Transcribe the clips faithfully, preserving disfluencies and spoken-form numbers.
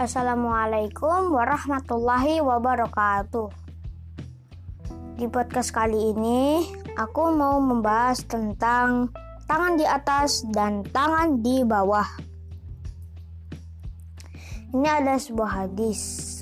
Assalamualaikum warahmatullahi wabarakatuh. Di podcast kali ini aku mau membahas tentang tangan di atas dan tangan di bawah. Ini ada sebuah hadis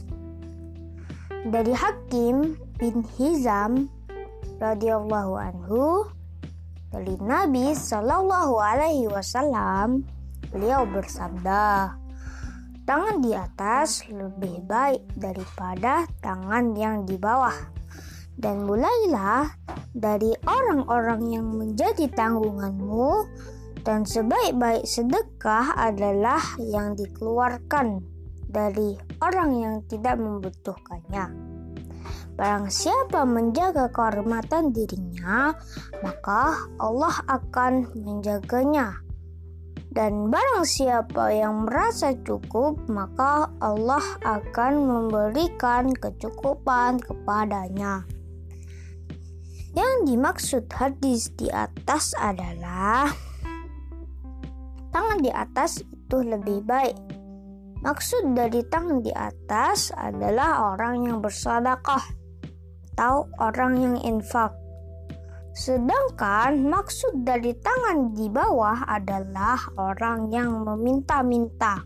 dari Hakim bin Hizam radhiyallahu anhu dari Nabi Shallallahu alaihi wasallam. Beliau bersabda, tangan di atas lebih baik daripada tangan yang di bawah. Dan mulailah dari orang-orang yang menjadi tanggunganmu, dan sebaik-baik sedekah adalah yang dikeluarkan dari orang yang tidak membutuhkannya. Barang siapa menjaga kehormatan dirinya, maka Allah akan menjaganya. Dan barang siapa yang merasa cukup, maka Allah akan memberikan kecukupan kepadanya. Yang dimaksud hadis di atas adalah tangan di atas itu lebih baik. Maksud dari tangan di atas adalah orang yang bersedekah atau orang yang infak. Sedangkan maksud dari tangan di bawah adalah orang yang meminta-minta.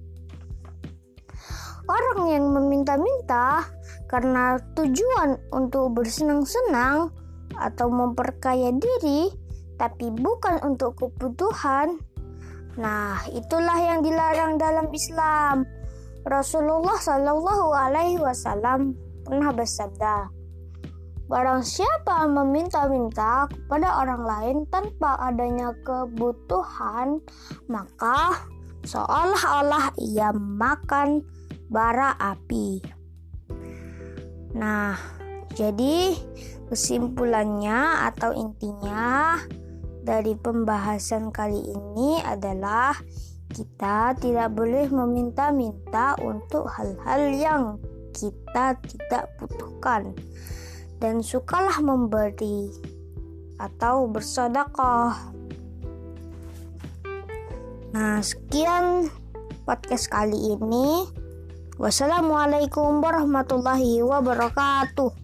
Orang yang meminta-minta karena tujuan untuk bersenang-senang atau memperkaya diri, tapi bukan untuk kebutuhan. Nah, itulah yang dilarang dalam Islam. Rasulullah Shallallahu alaihi wasallam pernah bersabda, barang siapa meminta-minta kepada orang lain tanpa adanya kebutuhan, maka seolah-olah ia makan bara api. Nah, jadi kesimpulannya atau intinya dari pembahasan kali ini adalah kita tidak boleh meminta-minta untuk hal-hal yang kita tidak butuhkan, dan sukalah memberi atau bersedekah. Nah, sekian podcast kali ini. Wassalamualaikum warahmatullahi wabarakatuh.